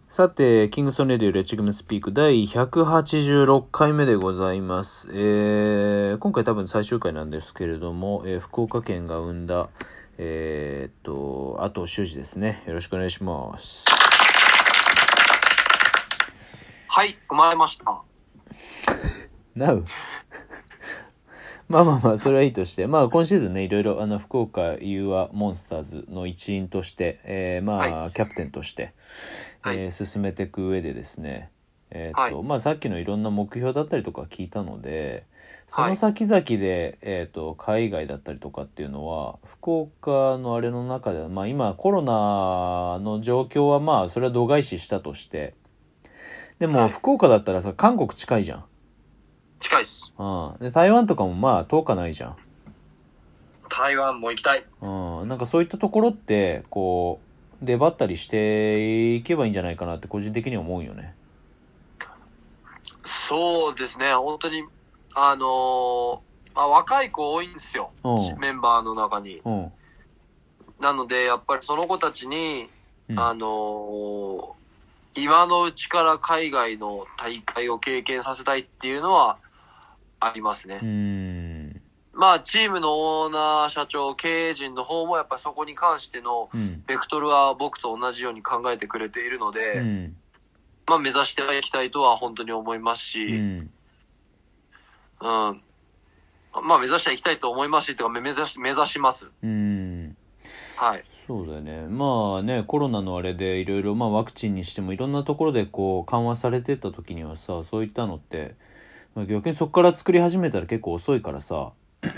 さて、キングソンレディオレッチグムスピーク第186回目でございます。今回多分最終回なんですけれども、福岡県が生んだ、あと修二ですね。よろしくお願いします。 はい、生まれました。 なうまあ、それはいいとして、まあ今シーズンね、いろいろ福岡ユーアモンスターズの一員として、 はい、 キャプテンとして、進めていく上でですね、 はい、 まあさっきのいろんな目標だったりとか聞いたので、そはい、 の先々で、海外だったりとかっていうのは、福岡のあれの中では、まあ今コロナの状況はまあそれは度外視したとして、でも福岡だったらさ、韓国近いじゃん。 近いっす。 で台湾とかもまあ遠かないじゃん。 台湾も行きたい。 なんかそういったところってこう出張ったりしていけばいいんじゃないかなって個人的には思うよね。 そうですね、本当に、若い子多いんですよ。メンバーの中に。なので、やっぱりその子たちに、今のうちから海外の大会を経験させたいっていうのはありますね。まあ、チームのオーナー、社長、経営陣の方もやっぱりそこに関してのベクトルは僕と同じように考えてくれているので、まあ目指していきたいとは本当に思いますし、まあ目指していきたいと思いますし、というか目指します。はい。 そうだよね。まあね、コロナのあれでいろいろ、まあワクチンにしてもいろんなところでこう緩和されてった時にはさ、そういったのって、逆にそこから作り始めたら結構遅いからさ、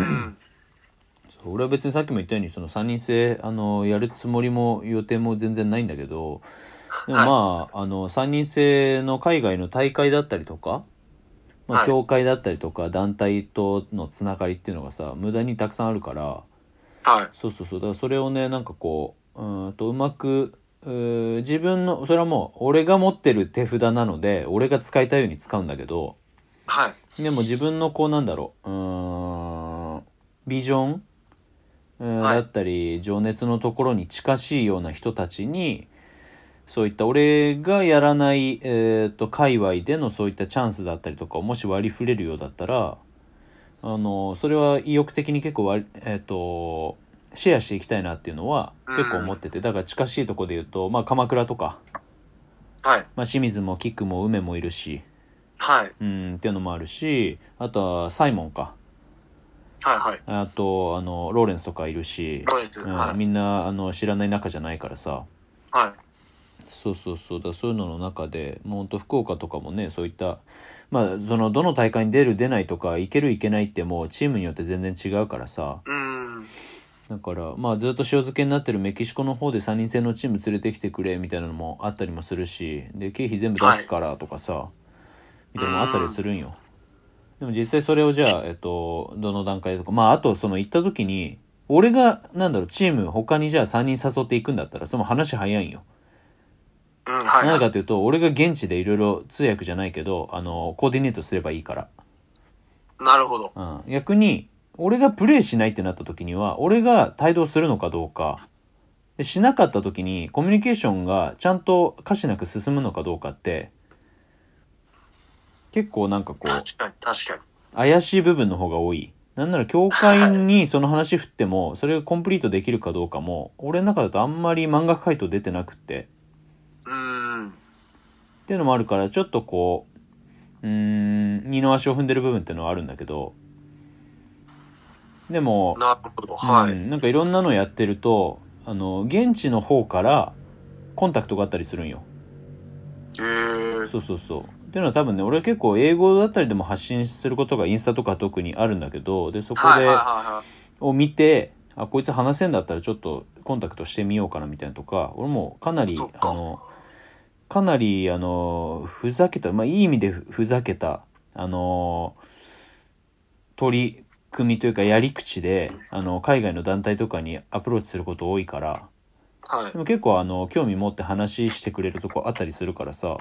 俺は別にさっきも言ったようにその3人制やるつもりも予定も全然ないんだけど、でもまあ、3人制の海外の大会だったりとか、まあ、協会だったりとか団体とのつながりっていうのがさ無駄にたくさんあるから、そうだからそれをねなんかこううまく自分のそれはもう俺が持ってる手札なので俺が使いたいように使うんだけど、でも自分のこうなんだろうビジョンだったり情熱のところに近しいような人たちにそういった俺がやらない、界隈でのそういったチャンスだったりとかをもし割り振れるようだったらそれは意欲的に結構シェアしていきたいなっていうのは結構思ってて、だから近しいところで言うと、まあ、鎌倉とか、まあ、清水も菊も梅もいるし、っていうのもあるし、あとはサイモンか。あとローレンスとかいるし、みんな知らない仲じゃないからさ、そうだそういうのの中でもうほんと福岡とかもねそういったまあそのどの大会に出る出ないとかいけるいけないってもうチームによって全然違うからさ、だからまあずっと塩漬けになってるメキシコの方で3人制のチーム連れてきてくれみたいなのもあったりもするし、で経費全部出すからとかさ、みたいなのもあったりするんよ。でも実際それをじゃあどの段階とか、まああとその行った時に俺がなんだろうチーム他にじゃあ3人誘っていくんだったらその話早いんよ。なぜかというと俺が現地でいろいろ通訳じゃないけどコーディネートすればいいから。 なるほど。 逆に俺がプレイしないってなった時には俺が帯同するのかどうかで、しなかった時にコミュニケーションがちゃんと可視なく進むのかどうかって結構なんかこう怪しい部分の方が多い。なんなら協会にその話振ってもそれがコンプリートできるかどうかも俺の中だとあんまり満額回答出てなくって、っていうのもあるからちょっとこう二の足を踏んでる部分っていうのはあるんだけど、でもなんかいろんなのやってると現地の方からコンタクトがあったりするんよ。そうっていうのは多分ね俺結構英語だったりでも発信することがインスタとか特にあるんだけど、でそこでを見てこいつ話せんだったらちょっとコンタクトしてみようかなみたいなとか、俺もかなりふざけた、まあいい意味でふざけた取り組みというかやり口で海外の団体とかにアプローチすること多いから、でも結構興味持って話してくれるとこあったりするからさ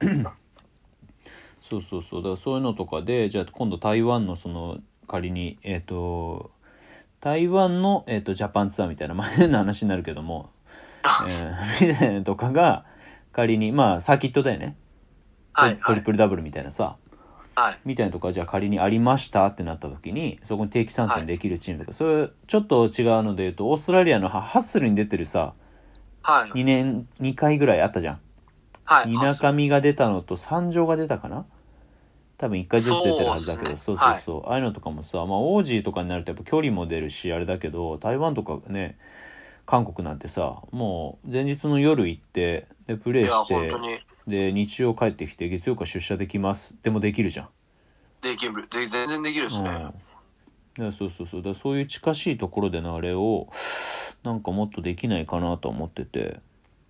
そうだからそういうのとかでじゃあ今度台湾のその仮に台湾のジャパンツアーみたいな変な話になるけどもみたいなとかが仮にまあサーキットだよね、 はい、 トリプルダブルみたいなさ、 はい、 みたいなとこじゃあ仮にありましたってなった時にそこに定期参戦できるチームとか、それちょっと違うので言うとオーストラリアのハッスルに出てるさ、 はい、 2回ぐらいあったじゃん。 はい、 みなかみが出たのと三条が出たかな、多分1回ずつ出てるはずだけど、そうそうそう、ああいうのとかもさ、まあオージーとかになるとやっぱ距離も出るしあれだけど、台湾とかね、韓国なんてさ、もう前日の夜行ってでプレーしてで日曜帰ってきて月曜から出社できますでもできるじゃん。 できる、全然できるですね。 そうそうそう、だそういう近しいところでのあれをなんかもっとできないかなと思ってて、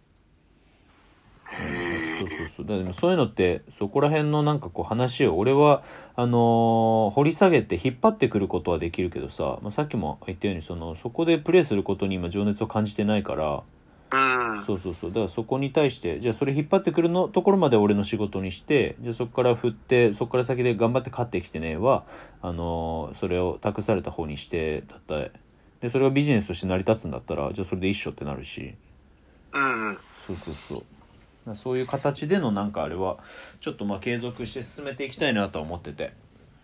そうそうそう、だからそういうのってそこら辺のなんかこう話を俺は掘り下げて引っ張ってくることはできるけどさ、まあ、さっきも言ったようにそこでプレーすることに今情熱を感じてないから、そうそうそう、だからそこに対してじゃあそれ引っ張ってくるのところまで俺の仕事にして、じゃあそこから振ってそこから先で頑張って勝ってきてねはそれを託された方にしてだったりで、それがビジネスとして成り立つんだったらじゃあそれで一緒ってなるし、そうそうそう、そういう形でのなんかあれはちょっとまあ継続して進めていきたいなとは思ってて、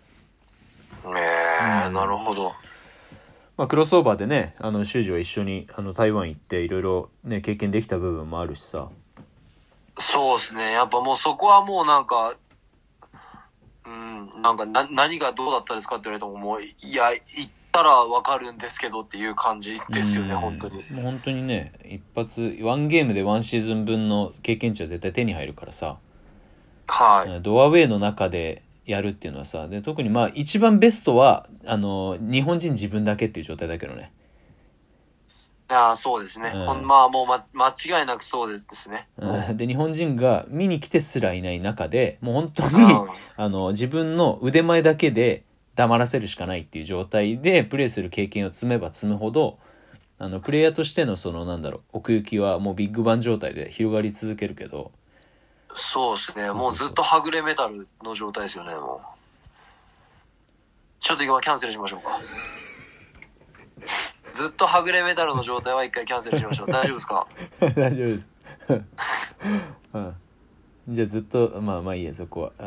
なるほど。 まあ、クロスオーバーでね修二は一緒に台湾行っていろいろね経験できた部分もあるしさ。 そうですね、やっぱもうそこはもうなんかなんか何がどうだったですかって言われてももういや言ったらわかるんですけどっていう感じですよね、本当に。 もう本当にね、一発ワンゲームでワンシーズン分の経験値は絶対手に入るからさ、 はい、 ドアウェイの中でやるっていうのはさ、で特にまあ一番ベストは日本人自分だけっていう状態だけどね。 そうですね、まあもう、間違いなくそうですね、 で日本人が見に来てすらいない中でもう本当に、自分の腕前だけで黙らせるしかないっていう状態でプレーする経験を積めば積むほどプレイヤーとしての奥行きはもうビッグバン状態で広がり続けるけど、 そうですね、もうずっとはぐれメタルの状態ですよね。もうちょっと今キャンセルしましょうか。ずっとはぐれメタルの状態は一回キャンセルしましょう。大丈夫ですか？ 大丈夫です、じゃあずっとまあいいや、そこは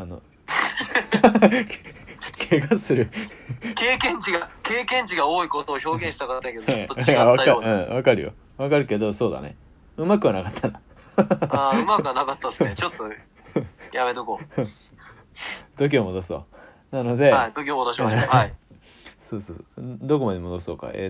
怪我する経験値が多いことを表現したかったけどちょっと違ったような。 わかるよ、わかるけど、そうだね、うまくはなかったなうまくはなかったですね。ちょっとやめとこう。 時を戻そう。なので、 はい、時を戻しましょう。はい。 そうどこまで戻そうか。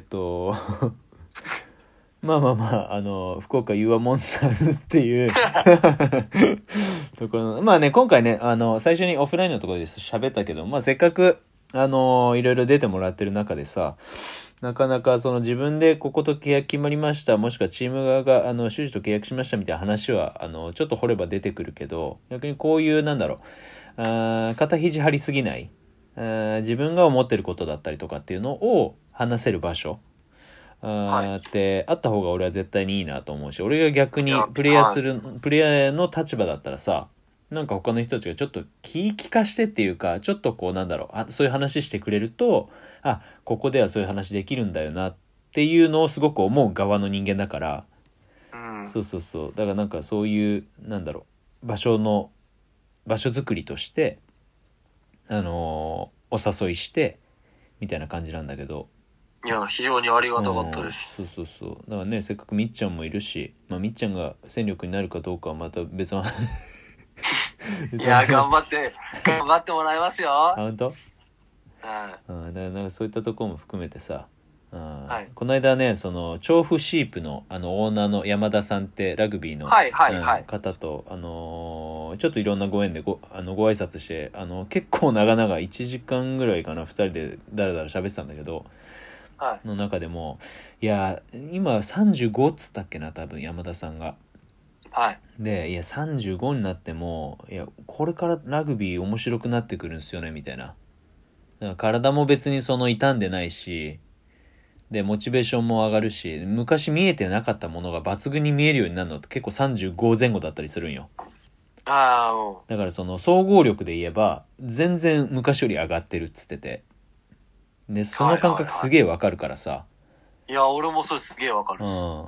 まあ福岡ユアモンスターズっていうところのまあね、今回ね最初にオフラインのところで喋ったけど、まあせっかくいろいろ出てもらってる中でさ、なかなか自分でここと契約決まりました、もしくはチーム側が修士と契約しましたみたいな話はちょっと掘れば出てくるけど、逆にこういう肩肘張りすぎない自分が思ってることだったりとかっていうのを話せる場所ってあった方が俺は絶対にいいなと思うし、俺が逆にプレイヤーの立場だったらさ、なんか他の人たちがちょっと聞かしてっていうか、ちょっとそういう話してくれると、ここではそういう話できるんだよなっていうのをすごく思う側の人間だから、そうだからなんかそういう場所作りとしてお誘いしてみたいな感じなんだけど、 いや非常にありがたかったです。 そうだからね、せっかくみっちゃんもいるし、みっちゃんが戦力になるかどうかはまた別のいや頑張ってもらいますよ。 本当？だからなんかそういったところも含めてさ、この間ね調布シープのオーナーの山田さんってラグビーの、方とちょっといろんなご縁でご挨拶して結構長々1時間ぐらいかな2人でだらだら喋ってたんだけど、の中でもいや今35っつったっけな、多分山田さんが。でいや35になってもいやこれからラグビー面白くなってくるんですよねみたいな。だから体も別に傷んでないし、でモチベーションも上がるし、昔見えてなかったものが抜群に見えるようになるのって結構35前後だったりするんよ。だから総合力で言えば全然昔より上がってるっつってて、でその感覚すげえわかるからさ。 いや俺もそれすげえわかるっす。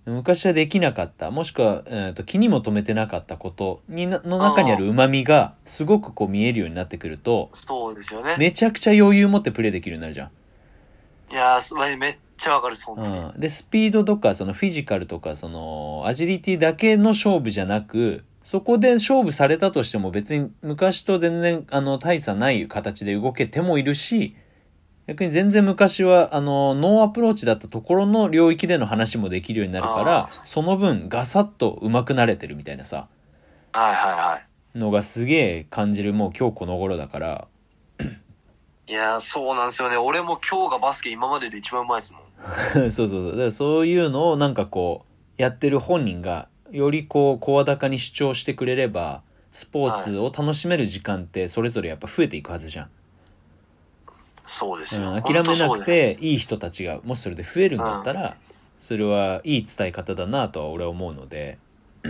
昔はできなかった、もしくは、気にも留めてなかったことの中にある旨味がすごくこう見えるようになってくると、 そうですよね。 めちゃくちゃ余裕持ってプレーできるようになるじゃん。 いやー、めっちゃわかる、本当に。 で、スピードとか、そのフィジカルとか、その、アジリティだけの勝負じゃなく、そこで勝負されたとしても別に昔と全然、大差ない形で動けてもいるし、逆に全然昔は、ノーアプローチだったところの領域での話もできるようになるから、その分、ガサッと上手くなれてるみたいなさ、 はいはいはい。 のがすげえ感じる、もう今日この頃だから。 いやー、そうなんですよね。俺も今日がバスケ今までで一番うまいですもん。 そうそうそう。だからそういうのをなんかこう、やってる本人が、よりこう、声高に主張してくれれば、スポーツを楽しめる時間ってそれぞれやっぱ増えていくはずじゃん。 そうですよ。 諦めなくていい人たちがもしそれで増えるんだったら、それはいい伝え方だなとは俺は思うので。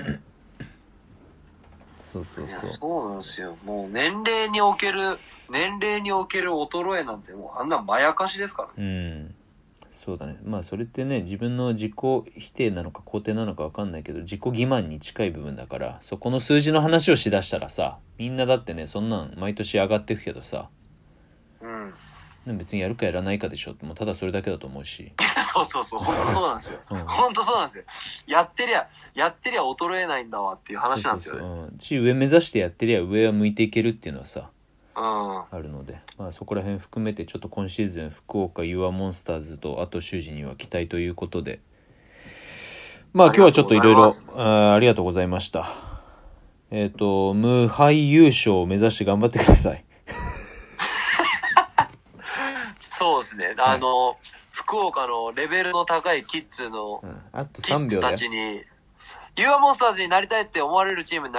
そうそうそう。 そうなんですよ。もう年齢における衰えなんてもうあんなまやかしですからね。そうだね。まあそれってね、自分の自己否定なのか肯定なのか分かんないけど、自己欺瞞に近い部分だから、そこの数字の話をしだしたらさ、みんなだってね、そんなん毎年上がっていくけどさ、別にやるかやらないかでしょって、もうただそれだけだと思うし。 そうそうそう、本当そうなんですよ。本当そうなんですよ。やってりゃ衰えないんだわっていう話なんですよね。 上目指してやってりゃ上は向いていけるっていうのはさ、 あるので、まあそこら辺含めてちょっと今シーズン福岡ユアモンスターズとあと修二には期待ということで、まあ今日はちょっといろいろありがとうございました。無敗優勝を目指して頑張ってください。 そうですね。福岡のレベルの高いキッズの、 あと3秒だよ。 キッズたちに、ユアモンスターズになりたいって思われるチームになり